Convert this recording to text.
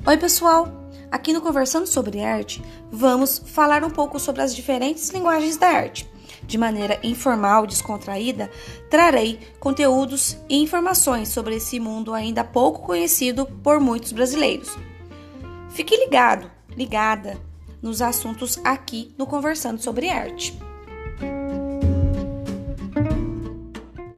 Oi, pessoal! Aqui no Conversando sobre Arte, vamos falar um pouco sobre as diferentes linguagens da arte. De maneira informal e descontraída, trarei conteúdos e informações sobre esse mundo ainda pouco conhecido por muitos brasileiros. Fique ligado, ligada nos assuntos aqui no Conversando sobre Arte.